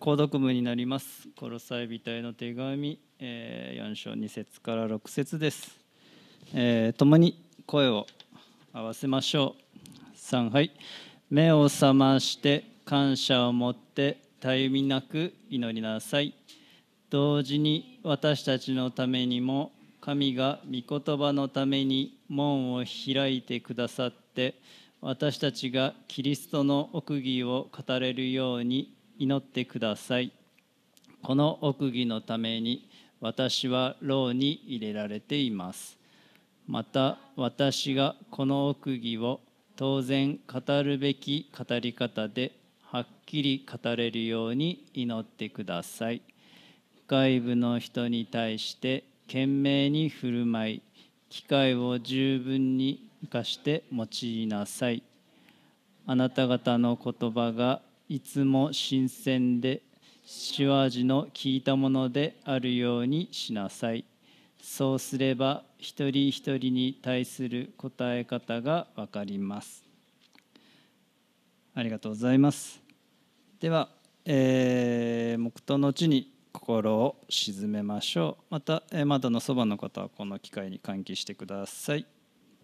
購読文になります。コロサイ人への手紙、4章2節から6節です。共に声を合わせましょう。3、はい。目を覚まして感謝を持ってたゆみなく祈りなさい。同時に私たちのためにも神が御言葉のために門を開いてくださって、私たちがキリストの奥義を語れるように祈ってください。この奥義のために私は牢に入れられています。また私がこの奥義を当然語るべき語り方ではっきり語れるように祈ってください。外部の人に対して懸命に振る舞い、機会を十分に生かして用いなさい。あなた方の言葉がいつも新鮮で塩味の効いたものであるようにしなさい。そうすれば一人一人に対する答え方が分かります。ありがとうございます。では、黙祷のうちに心を静めましょう。また、窓のそばの方はこの機会に換気してください。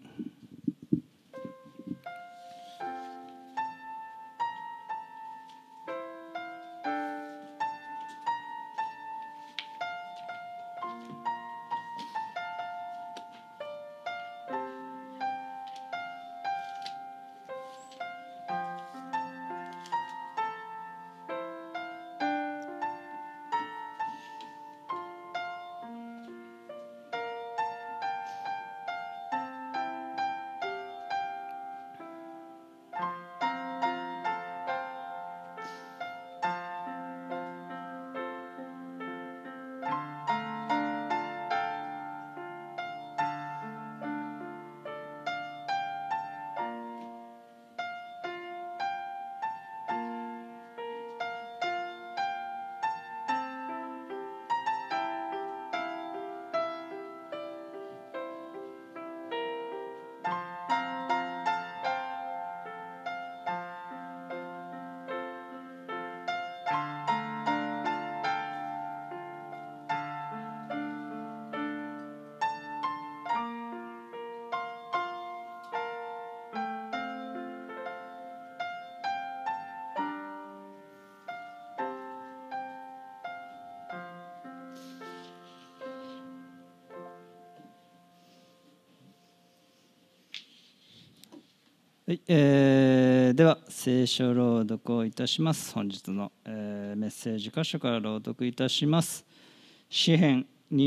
はい、では聖書朗読をいたします。本日の、メッセージ箇所から朗読いたします。詩編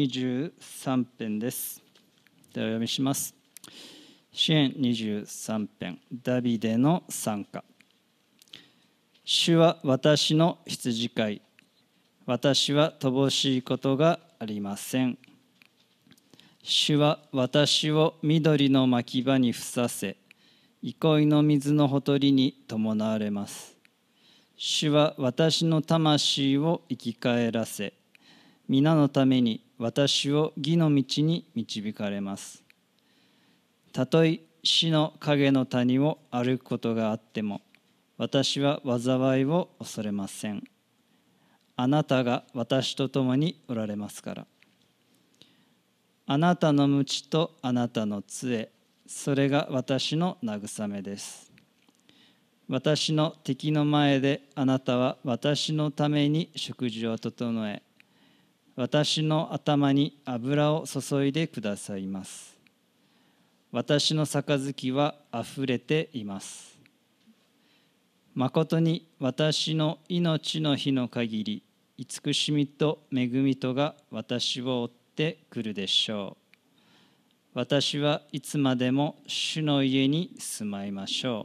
23編です。ではお読みします。詩編23編、ダビデの賛歌。主は私の羊飼い、私は乏しいことがありません。主は私を緑の牧場にふさせ、憩いの水のほとりに伴われます。主は私の魂を生き返らせ、皆のために私を義の道に導かれます。たとえ死の影の谷を歩くことがあっても、私は災いを恐れません。あなたが私と共におられますから。あなたの鞭とあなたの杖、それが私の慰めです。私の敵の前であなたは私のために食事を整え、私の頭に油を注いでくださいます。私の杯はあふれています。まことに私の命の日の限り、慈しみと恵みとが私を追ってくるでしょう。私はいつまでも主の家に住まいましょ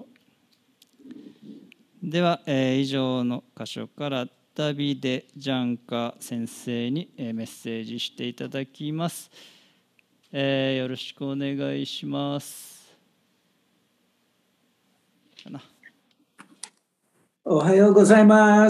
う。では、以上の箇所からダビデ・ジャンカ先生にメッセージしていただきます。よろしくお願いします。 おはようございます。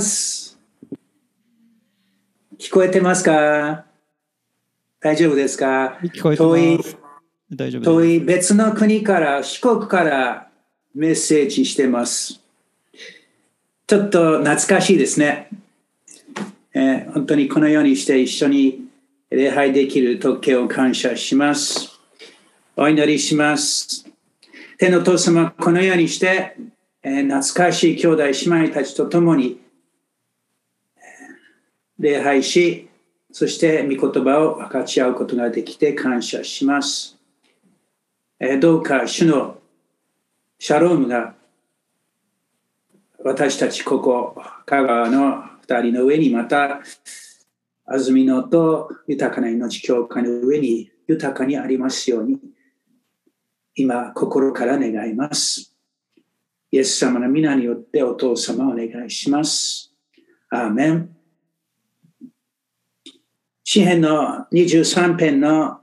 聞こえてますか？大丈夫ですか？ 聞こえてます。大丈夫です。 遠い別の国から、四国からメッセージしてます。ちょっと懐かしいですね。 本当にこのようにして一緒に礼拝できる特権を感謝します。お祈りします。天の父様、このようにして、懐かしい兄弟姉妹たちと共に礼拝し、そして御言葉を分かち合うことができて感謝します。どうか主のシャロームが私たちここ香川の2人の上に、また安曇野と豊かな命教会の上に豊かにありますように今心から願います。イエス様の皆によってお父様お願いします。アーメン。詩編の23編の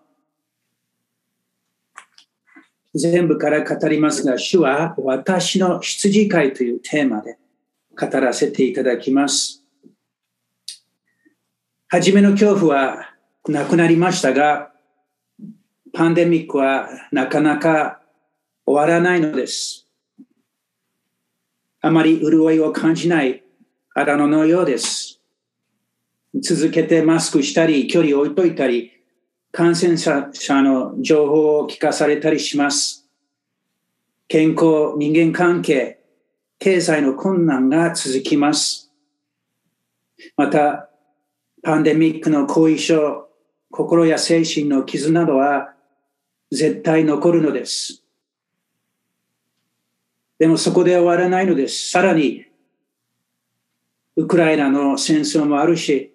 全部から語りますが、主は私の羊飼いというテーマで語らせていただきます。初めの恐怖はなくなりましたが、パンデミックはなかなか終わらないのです。あまり潤いを感じない荒野のようです。続けてマスクしたり、距離を置いといたり、感染者の情報を聞かされたりします。健康、人間関係、経済の困難が続きます。また、パンデミックの後遺症、心や精神の傷などは絶対残るのです。でもそこで終わらないのです。さらに、ウクライナの戦争もあるし、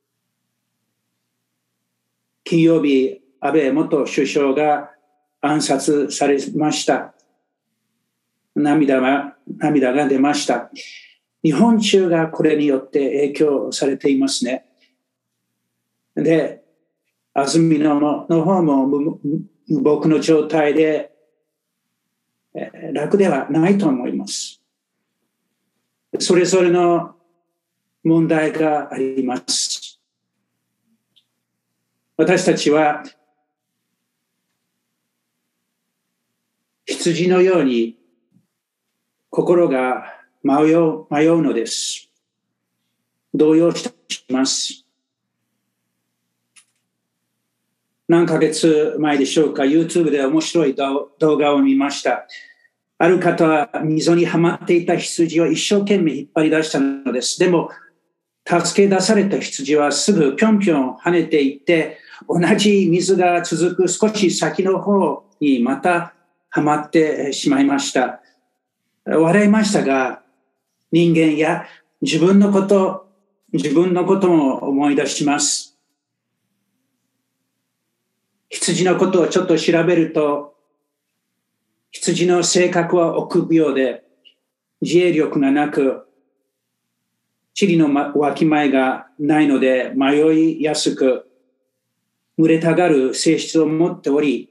金曜日、安倍元首相が暗殺されました。涙が出ました。日本中がこれによって影響されていますね。で、安曇野の方も僕の状態で楽ではないと思います。それぞれの問題があります。私たちは羊のように心が迷うのです。動揺します。何ヶ月前でしょうか、YouTube で面白い動画を見ました。ある方は溝にはまっていた羊を一生懸命引っ張り出したのです。でも、助け出された羊はすぐぴょんぴょん跳ねていって、同じ水が続く少し先の方にまたはまってしまいました。笑いましたが、人間や自分のことも思い出します。羊のことをちょっと調べると、羊の性格は臆病で、自衛力がなく、地理のわきまえがないので迷いやすく、群れたがる性質を持っており、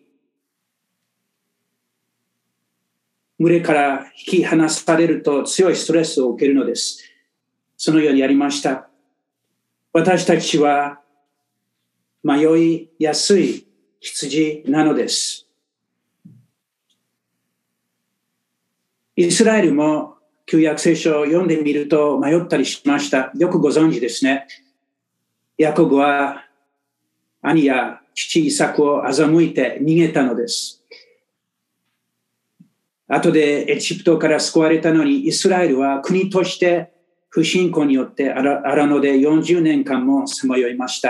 群れから引き離されると強いストレスを受けるのです。そのようにやりました。私たちは迷いやすい羊なのです。イスラエルも旧約聖書を読んでみると迷ったりしました。よくご存知ですね。ヤコブは兄や父イサクを欺いて逃げたのです。後でエジプトから救われたのに、イスラエルは国として不信仰によって荒野で40年間もさまよいました。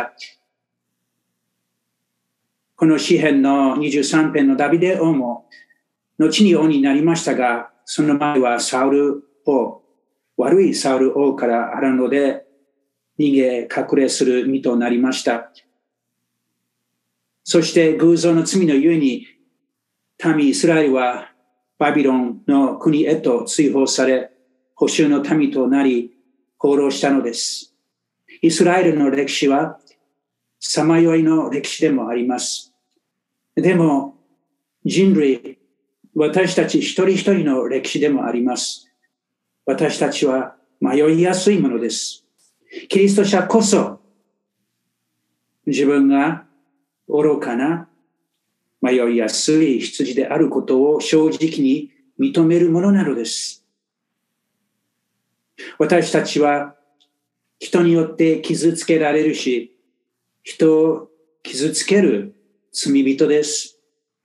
この詩編の23編のダビデ王も後に王になりましたが、その前は悪いサウル王から荒野で逃げ隠れする身となりました。そして偶像の罪のゆえに民イスラエルはバビロンの国へと追放され、捕囚の民となり放浪したのです。イスラエルの歴史はさまよいの歴史でもあります。でも人類、私たち一人一人の歴史でもあります。私たちは迷いやすいものです。キリスト者こそ自分が愚かな迷いやすい羊であることを正直に認めるものなのです。私たちは人によって傷つけられるし、人を傷つける罪人です。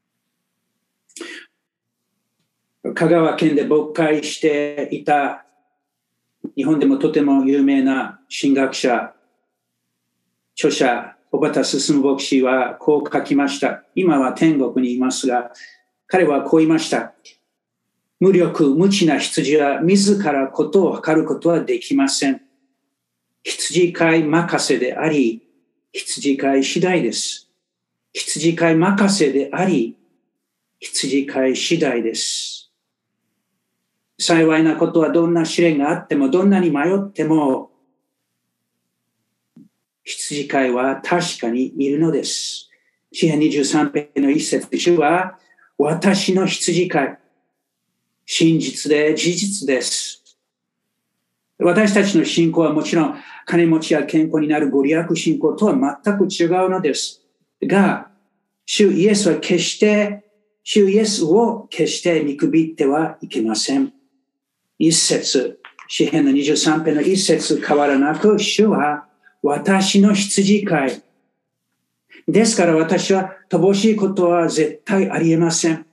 香川県で牧会していた日本でもとても有名な神学者、著者、小畑進牧師はこう書きました。今は天国にいますが、彼はこう言いました。無力、無知な羊は自らことを測ることはできません。羊飼い任せであり、羊飼い次第です。羊飼い任せであり、羊飼い次第です。幸いなことはどんな試練があっても、どんなに迷っても、羊飼いは確かにいるのです。詩編23編の一節、主は私の羊飼い。真実で事実です。私たちの信仰はもちろん金持ちや健康になるご利益信仰とは全く違うのです。が、主イエスを決して見くびってはいけません。一節、詩編の23編の一節変わらなく、主は私の羊飼い。ですから私は乏しいことは絶対ありえません。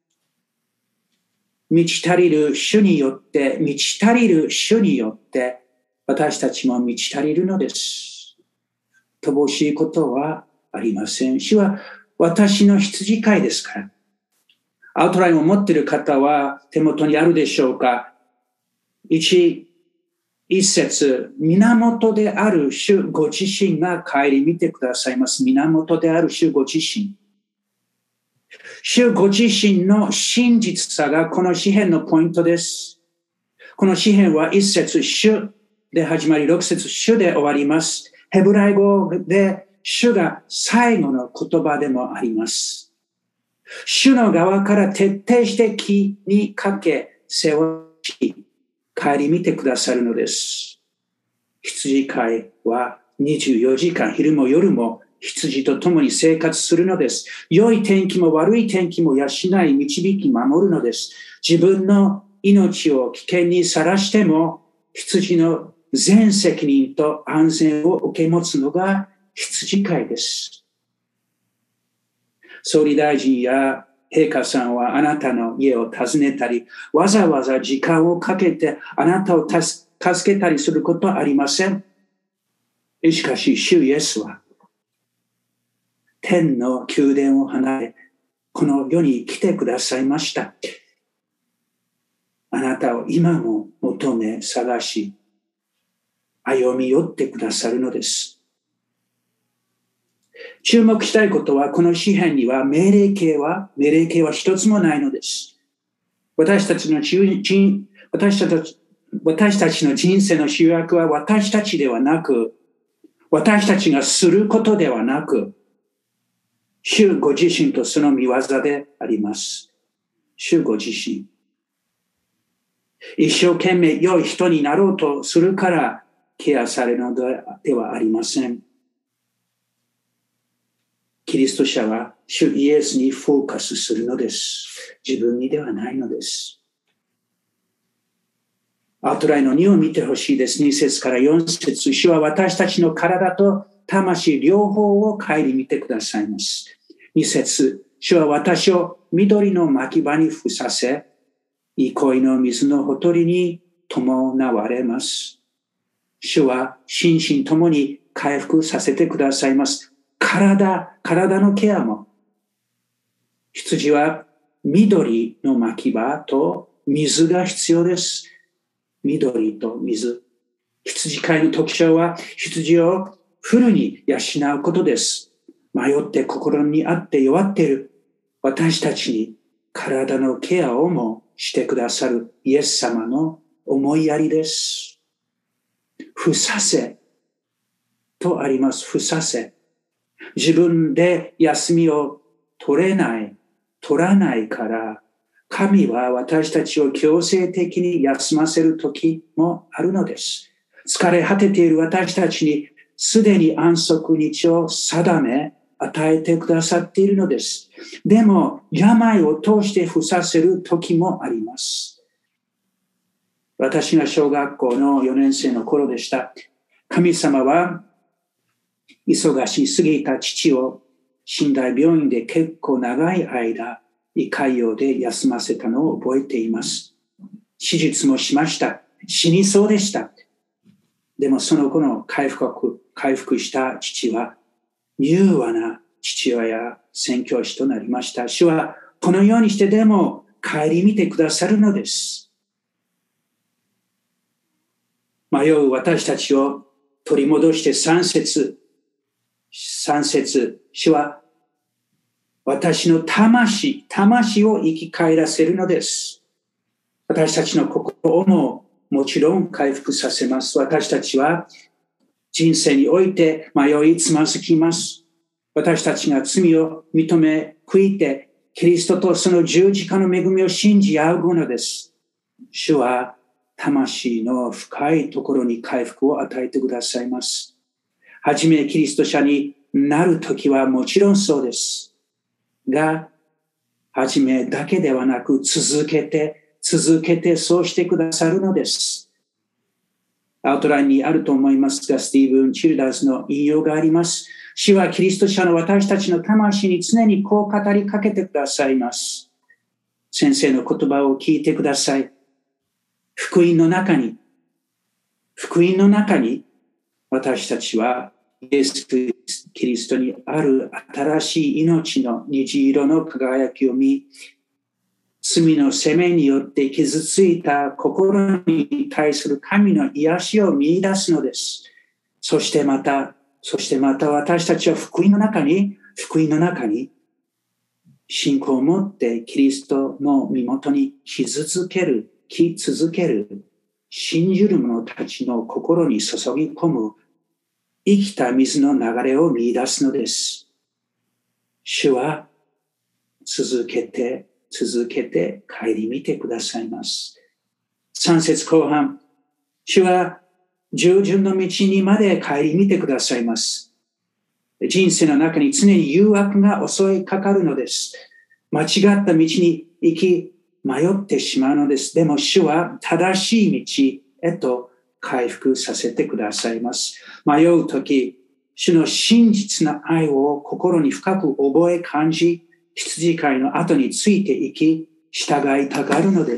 満ち足りる主によって、私たちも満ち足りるのです。乏しいことはありません。主は私の羊飼いですから。アウトラインを持っている方は手元にあるでしょうか。一節、源である主ご自身が顧みてくださいます。源である主ご自身。主ご自身の真実さがこの詩編のポイントです。この詩編は一節、主で始まり、六節、主で終わります。ヘブライ語で主が最後の言葉でもあります。主の側から徹底して気にかけ、世話し、顧みてくださるのです。羊飼いは24時間、昼も夜も羊と共に生活するのです。良い天気も悪い天気も養い、導き、守るのです。自分の命を危険にさらしても、羊の全責任と安全を受け持つのが羊飼いです。総理大臣や陛下さんはあなたの家を訪ねたり、わざわざ時間をかけてあなたを助けたりすることはありません。しかし、主イエスは、天の宮殿を離れ、この世に来てくださいました。あなたを今も求め、探し、歩み寄ってくださるのです。注目したいことは、この詩編には命令形は一つもないのです。私たちの人生の主役は私たちではなく、私たちがすることではなく、主ご自身とその御業であります。主ご自身。一生懸命良い人になろうとするからケアされるのではありません。キリスト者は主イエスにフォーカスするのです。自分にではないのです。アウトラインの2を見てほしいです。2節から4節。主は私たちの体と魂両方を顧みてくださいます。2節。主は私を緑の牧場に伏させ、憩いの水のほとりに伴われます。主は心身ともに回復させてくださいます。体のケアも。羊は緑の牧場と水が必要です。緑と水。羊飼いの特徴は羊をフルに養うことです。迷って心にあって弱っている私たちに体のケアをもしてくださるイエス様の思いやりです。伏させとあります。伏させ。自分で休みを取らないから、神は私たちを強制的に休ませる時もあるのです。疲れ果てている私たちにすでに安息日を定め、与えてくださっているのです。でも、病を通して伏させる時もあります。私が小学校の4年生の頃でした。 神様は忙しすぎた父を寝台病院で結構長い間、胃潰瘍で休ませたのを覚えています。手術もしました。死にそうでした。でもその後の回復した父は、柔和な父親、宣教師となりました。主はこのようにしてでも顧みてくださるのです。迷う私たちを取り戻して3節、主は私の魂を生き返らせるのです。私たちの心ももちろん回復させます。私たちは人生において迷いつまずきます。私たちが罪を認め悔いて、キリストとその十字架の恵みを信じ合うのです。主は魂の深いところに回復を与えてくださいます。はじめキリスト者になるときはもちろんそうです。が、はじめだけではなく続けてそうしてくださるのです。アウトラインにあると思いますが、スティーブン・チルダーズの引用があります。主はキリスト者の私たちの魂に常にこう語りかけてくださいます。先生の言葉を聞いてください。福音の中に私たちはイエス・キリストにある新しい命の虹色の輝きを見、罪の責めによって傷ついた心に対する神の癒しを見出すのです。そしてまた私たちは福音の中に信仰を持ってキリストの身元に来続ける信じる者たちの心に注ぎ込む生きた水の流れを見出すのです。主は続けて顧みてくださいます。3節後半、主は従順の道にまで顧みてくださいます。人生の中に常に誘惑が襲いかかるのです。間違った道に行き迷ってしまうのです。でも主は正しい道へと回復させてくださいます。迷うとき、主の真実な愛を心に深く覚え感じ、羊飼いの後についていき、従いたがるのです。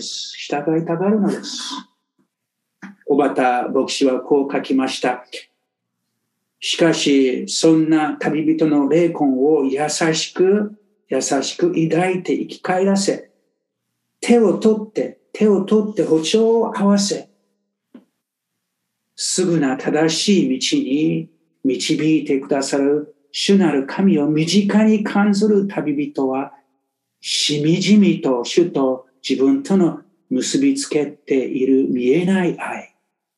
小畑牧師はこう書きました。しかし、そんな旅人の霊魂を優しく抱いて生き返らせ、手を取って歩調を合わせ、すぐな正しい道に導いてくださる主なる神を身近に感じる旅人は、しみじみと主と自分との結びつけている見えない愛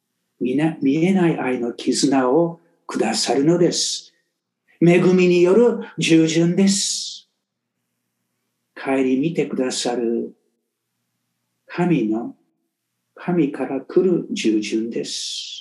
の絆をくださるのです。恵みによる従順です。顧みてくださる神から来る従順です。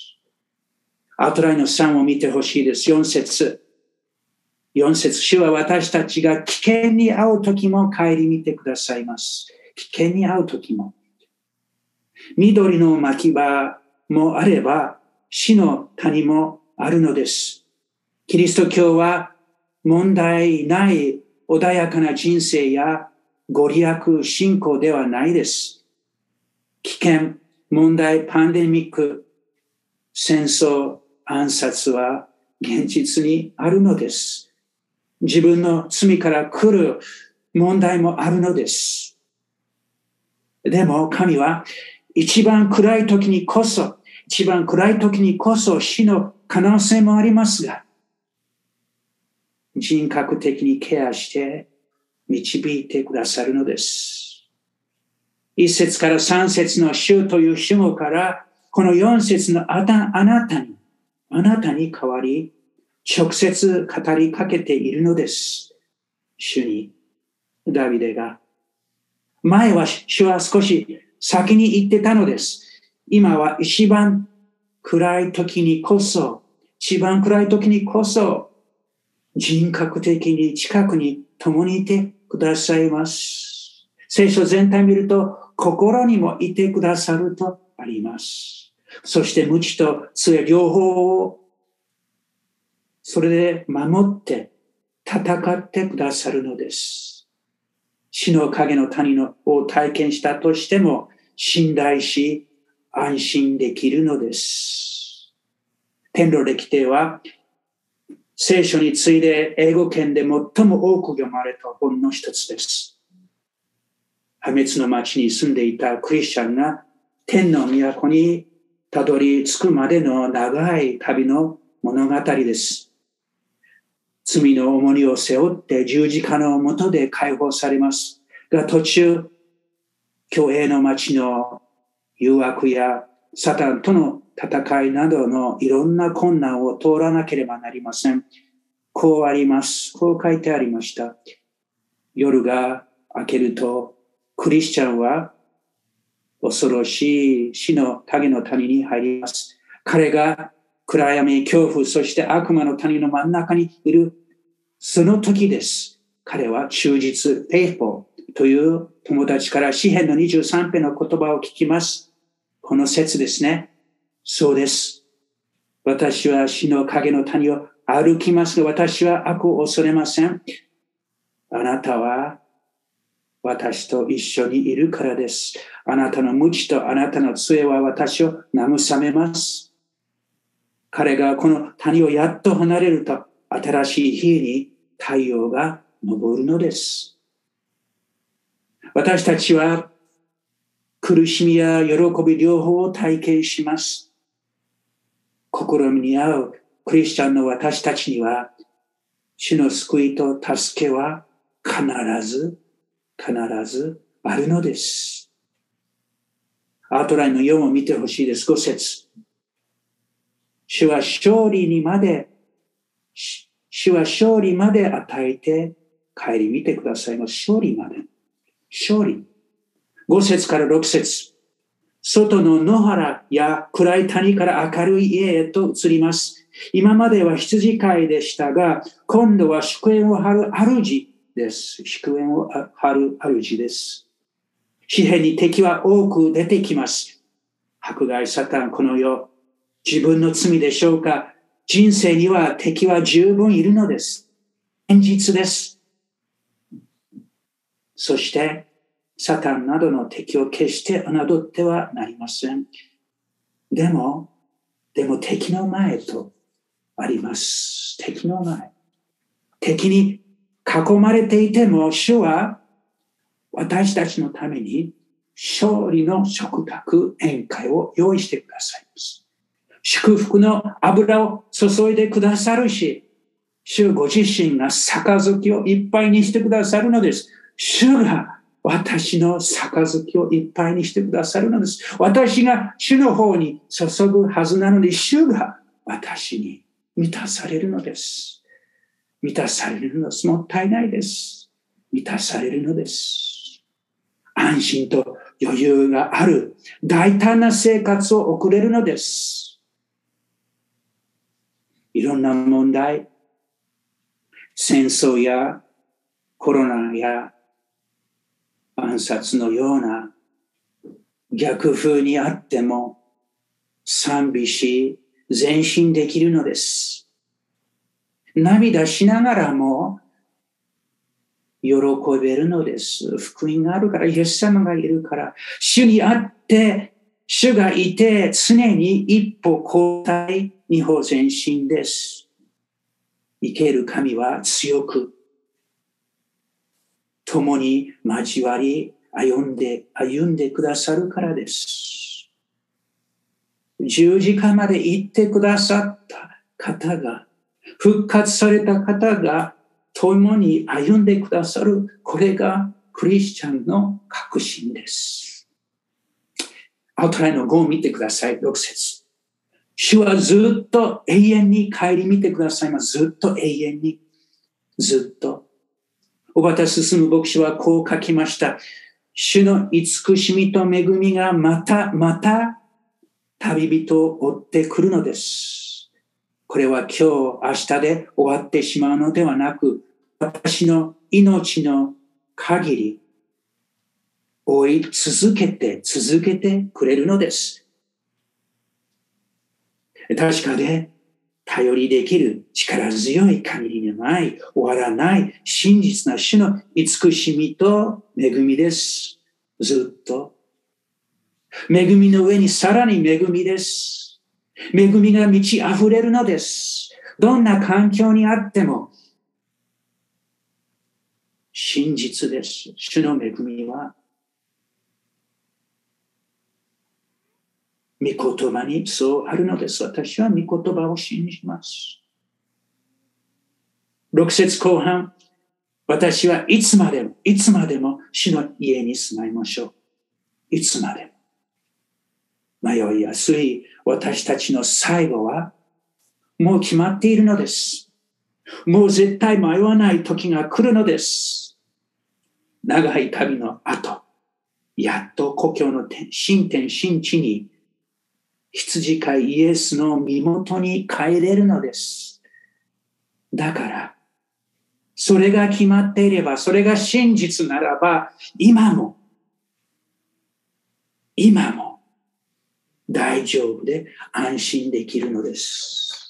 アウトラインの3を見てほしいです。4節、主は私たちが危険に遭う時も顧みてくださいます。危険に遭う時も。緑の牧場もあれば、死の谷もあるのです。キリスト教は問題ない穏やかな人生やご利益信仰ではないです。危険、問題、パンデミック、戦争、暗殺は現実にあるのです。自分の罪から来る問題もあるのです。でも神は一番暗い時にこそ死の可能性もありますが、人格的にケアして導いてくださるのです。1節から3節の主という主語から、この4節のあなたに代わり、直接語りかけているのです。主に、ダビデが。前は主は少し先に言ってたのです。今は一番暗い時にこそ、人格的に近くに共にいてくださいます。聖書全体を見ると、心にもいてくださるとあります。そして無知と杖両方をそれで守って戦ってくださるのです。死の影の谷を体験したとしても信頼し安心できるのです。天路歴帝は聖書に次いで英語圏で最も多く読まれた本の一つです。破滅の町に住んでいたクリスチャンが天の都にたどり着くまでの長い旅の物語です。罪の重荷を背負って十字架の下で解放されますが、途中、虚栄の町の誘惑やサタンとの戦いなどのいろんな困難を通らなければなりません。こうあります。こう書いてありました。夜が明けると、クリスチャンは恐ろしい死の影の谷に入ります。彼が暗闇、恐怖、そして悪魔の谷の真ん中にいる、その時です。彼は忠実、faithful という友達から詩編の23編の言葉を聞きます。この説ですね。そうです。私は死の影の谷を歩きますが、私は悪を恐れません。あなたは私と一緒にいるからです。あなたの鞭とあなたの杖は私を慰めます。彼がこの谷をやっと離れると、新しい日に太陽が昇るのです。私たちは苦しみや喜び両方を体験します。試みに合うクリスチャンの私たちには、主の救いと助けは必ずあるのです。アウトラインの4を見てほしいです。5節。主は勝利まで与えて帰り見てくださいます。勝利まで。勝利。5節から6節。外の野原や暗い谷から明るい家へと移ります。今までは羊飼いでしたが、今度は祝宴を張る主です。祝宴を張る主です。詩篇に敵は多く出てきます。迫害、サタン、この世、自分の罪でしょうか。人生には敵は十分いるのです。現実です。そして、サタンなどの敵を決して侮ってはなりません。でも敵の前とあります。敵の前。敵に囲まれていても、主は私たちのために勝利の食卓宴会を用意してくださいます。祝福の油を注いでくださるし、主ご自身が杯をいっぱいにしてくださるのです。主が私の杯をいっぱいにしてくださるのです。私が主の方に注ぐはずなのに、主が私に満たされるのです。満たされるのです。もったいないです。満たされるのです。安心と余裕がある大胆な生活を送れるのです。いろんな問題、戦争やコロナや暗殺のような逆風にあっても賛美し前進できるのです。涙しながらも喜べるのです。福音があるから、イエス様がいるから、主にあって主がいて常に一歩後退、二歩前進です。生ける神は強く、共に交わり歩んでくださるからです。十字架まで行ってくださった方が、復活された方が共に歩んでくださる、これがクリスチャンの確信です。アウトラインの5を見てください。6節。主はずっと永遠に顧みてくださいます。ずっと永遠に。ずっと。小畑進牧師はこう書きました。主の慈しみと恵みがまた旅人を追ってくるのです。これは今日明日で終わってしまうのではなく、私の命の限り追い続けてくれるのです。確かで頼りできる力強い限りのない、終わらない真実な主の慈しみと恵みです。ずっと。恵みの上にさらに恵みです。恵みが満ち溢れるのです。どんな環境にあっても、真実です。主の恵みは、御言葉にそうあるのです。私は御言葉を信じます。6節後半、私はいつまでも主の家に住まいましょう。いつまでも。迷いやすい私たちの最後はもう決まっているのです。もう絶対迷わない時が来るのです。長い旅の後、やっと故郷の新天新地に羊飼いイエスの身元に帰れるのです。だから、それが決まっていれば、それが真実ならば、今も大丈夫で安心できるのです。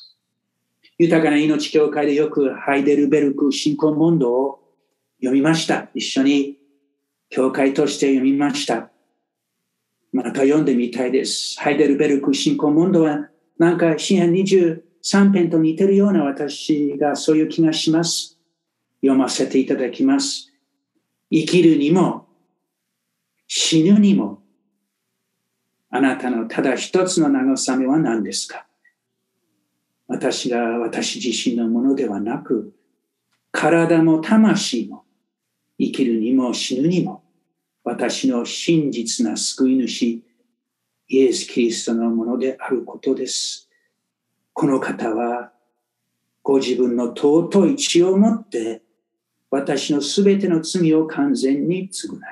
豊かな命教会でよくハイデルベルク信仰問答を読みました。一緒に教会として読みました。また読んでみたいです。ハイデルベルク信仰問答はなんか詩編23編と似てるような私がそういう気がします。読ませていただきます。生きるにも死ぬにもあなたのただ一つの慰めは何ですか？私が私自身のものではなく、体も魂も生きるにも死ぬにも私の真実な救い主イエス・キリストのものであることです。この方はご自分の尊い血をもって私のすべての罪を完全に償い、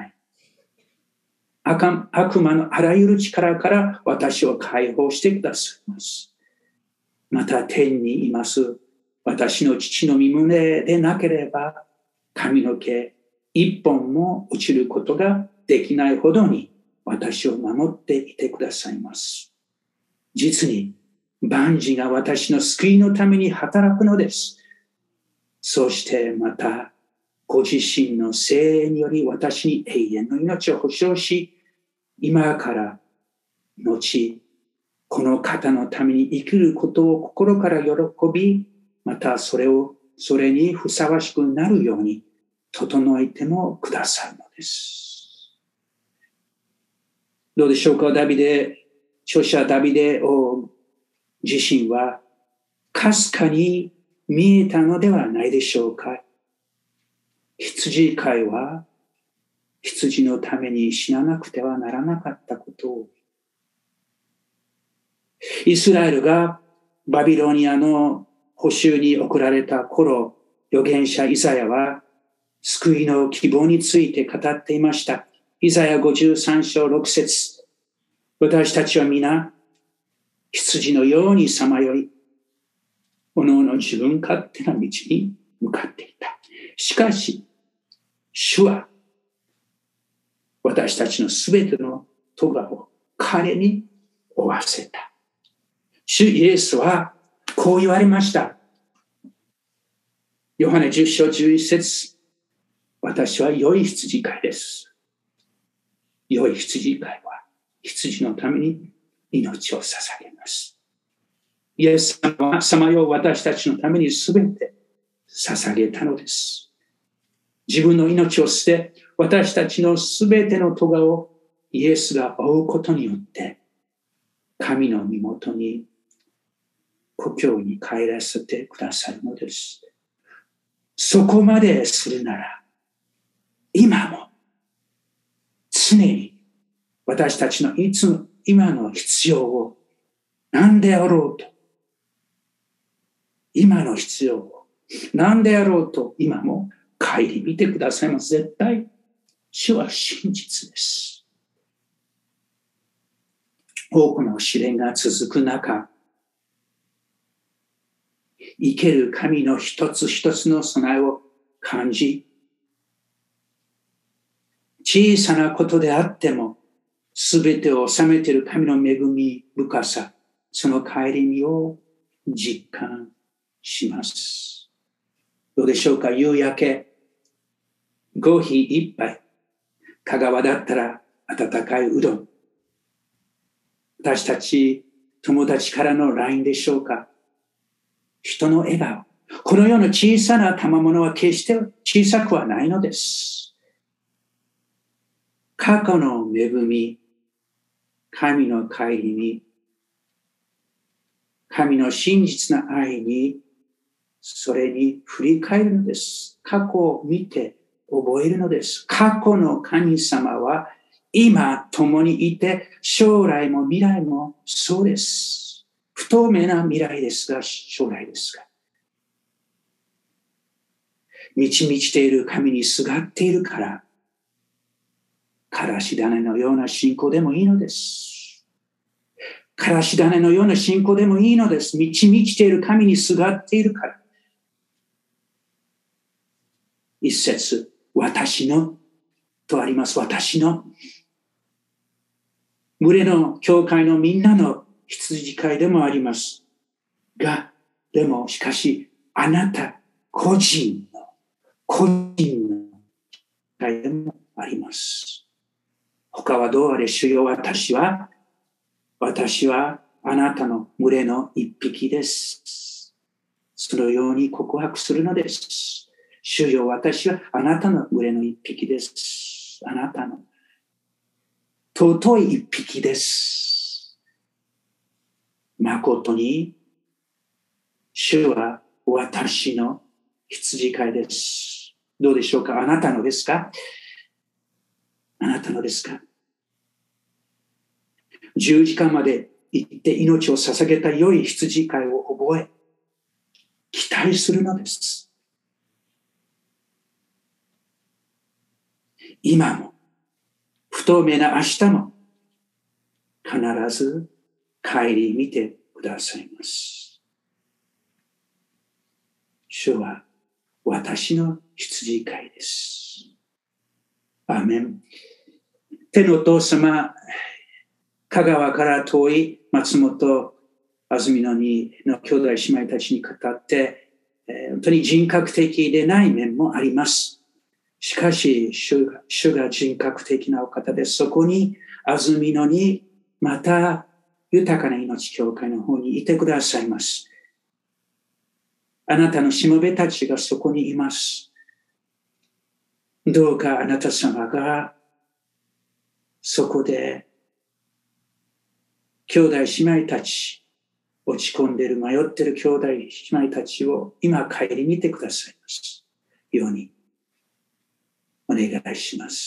悪魔のあらゆる力から私を解放してくださいます。また天にいます私の父の身胸でなければ髪の毛一本も落ちることができないほどに私を守っていてくださいます。実に万事が私の救いのために働くのです。そしてまたご自身の聖霊により私に永遠の命を保証し、今から後この方のために生きることを心から喜び、またそれにふさわしくなるように整えてもくださるのです。どうでしょうか？著者ダビデ王自身はかすかに見えたのではないでしょうか？羊飼いは羊のために死ななくてはならなかったことを、イスラエルがバビロニアの捕囚に送られた頃、預言者イザヤは救いの希望について語っていました。イザヤ53章6節、私たちは皆羊のようにさまよい、おのおの自分勝手な道に向かっていた。しかし主は私たちのすべての咎を彼に負わせた。主イエスはこう言われました。ヨハネ10章11節、私は良い羊飼いです。良い羊飼いは羊のために命を捧げます。イエス様はさまよう私たちのためにすべて捧げたのです。自分の命を捨て、私たちのすべての咎をイエスが負うことによって、神の身元に故郷に帰らせてくださるのです。そこまでするなら、今も常に私たちの今の必要を何であろうと、今の必要を何であろうと今も顧みてくださいます。絶対主は真実です。多くの試練が続く中、生ける神の一つ一つの備えを感じ、小さなことであっても全てを治めている神の恵み深さ、その顧みを実感します。どうでしょうか？夕焼け、コーヒー一杯、香川だったら温かいうどん。私たち友達からの LINE でしょうか？人の笑顔。このような小さな賜物は決して小さくはないのです。過去の恵み、神の帰りに、神の真実な愛に、それに振り返るのです。過去を見て覚えるのです。過去の神様は今共にいて、将来も未来もそうです。不透明な未来ですが、将来ですが。満ち満ちている神にすがっているから、からし種のような信仰でもいいのです。からし種のような信仰でもいいのです。満ち満ちている神にすがっているから。一節、私のとあります。私の。群れの教会のみんなの羊飼いでもあります。が、でもしかし、あなた個人の会でもあります。他はどうあれ、主よ、私はあなたの群れの一匹です。そのように告白するのです。主よ、私はあなたの群れの一匹です。あなたの尊い一匹です。誠に、主は私の羊飼いです。どうでしょうか？あなたのですか？あなたのですか？十字架まで行って命を捧げた良い羊飼いを覚え、期待するのです。今も、不透明な明日も、必ず帰り見てくださいます。主は私の羊飼いです。アーメン。天のお父様、香川から遠い松本安曇野の兄弟姉妹たちに語って、本当に人格的でない面もあります。しかし、主が人格的なお方です。そこに、安曇野に、また豊かな命教会の方にいてくださいます。あなたのしもべたちがそこにいます。どうかあなた様が、そこで、兄弟姉妹たち、落ち込んでいる、迷っている兄弟姉妹たちを今帰り見てくださいますようにお願いします。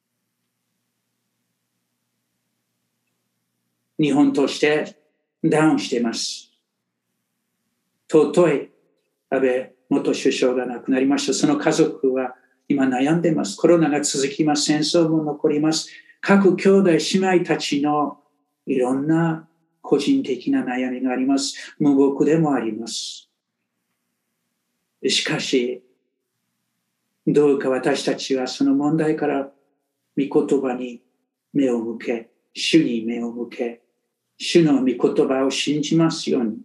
日本としてダウンしています。尊い安倍元首相が亡くなりました。その家族は今悩んでいます。コロナが続きます。戦争も残ります。各兄弟姉妹たちのいろんな個人的な悩みがあります。無僕でもあります。しかし、どうか私たちはその問題から御言葉に目を向け、主に目を向け、主の御言葉を信じますように、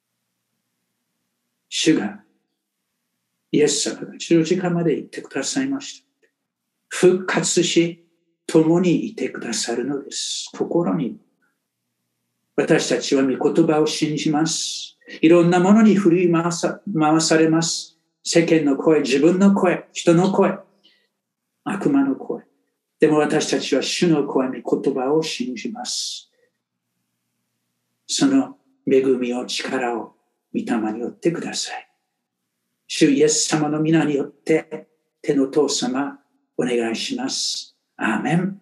主がイエス様が十字架まで行ってくださいました。復活し、共にいてくださるのです。心に。私たちは御言葉を信じます。いろんなものに振り回されます。世間の声、自分の声、人の声、悪魔の声。でも私たちは主の声、御言葉を信じます。その恵みを、力を、御霊によってください。主イエス様の皆によって、天の父様、お願いします。アーメン。